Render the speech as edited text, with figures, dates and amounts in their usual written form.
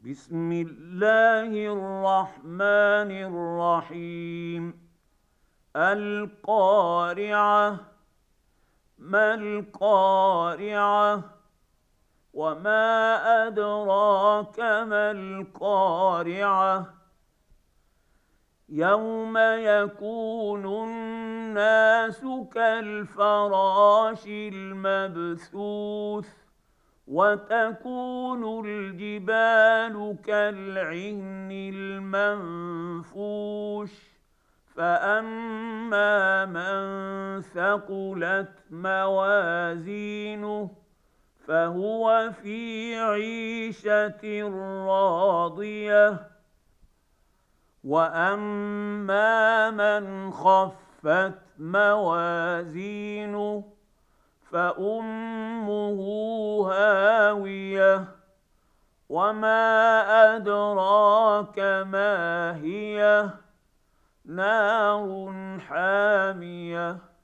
بسم الله الرحمن الرحيم. القارعة. ما القارعة؟ وما أدراك ما القارعة؟ يوم يكون الناس كالفراش المبثوث وتكون الجبال كالعهن المنفوش فأما من ثقلت موازينه فهو في عيشة راضية وأما من خفت موازينه فأمه هاوية وما أدراك ما هي نار حامية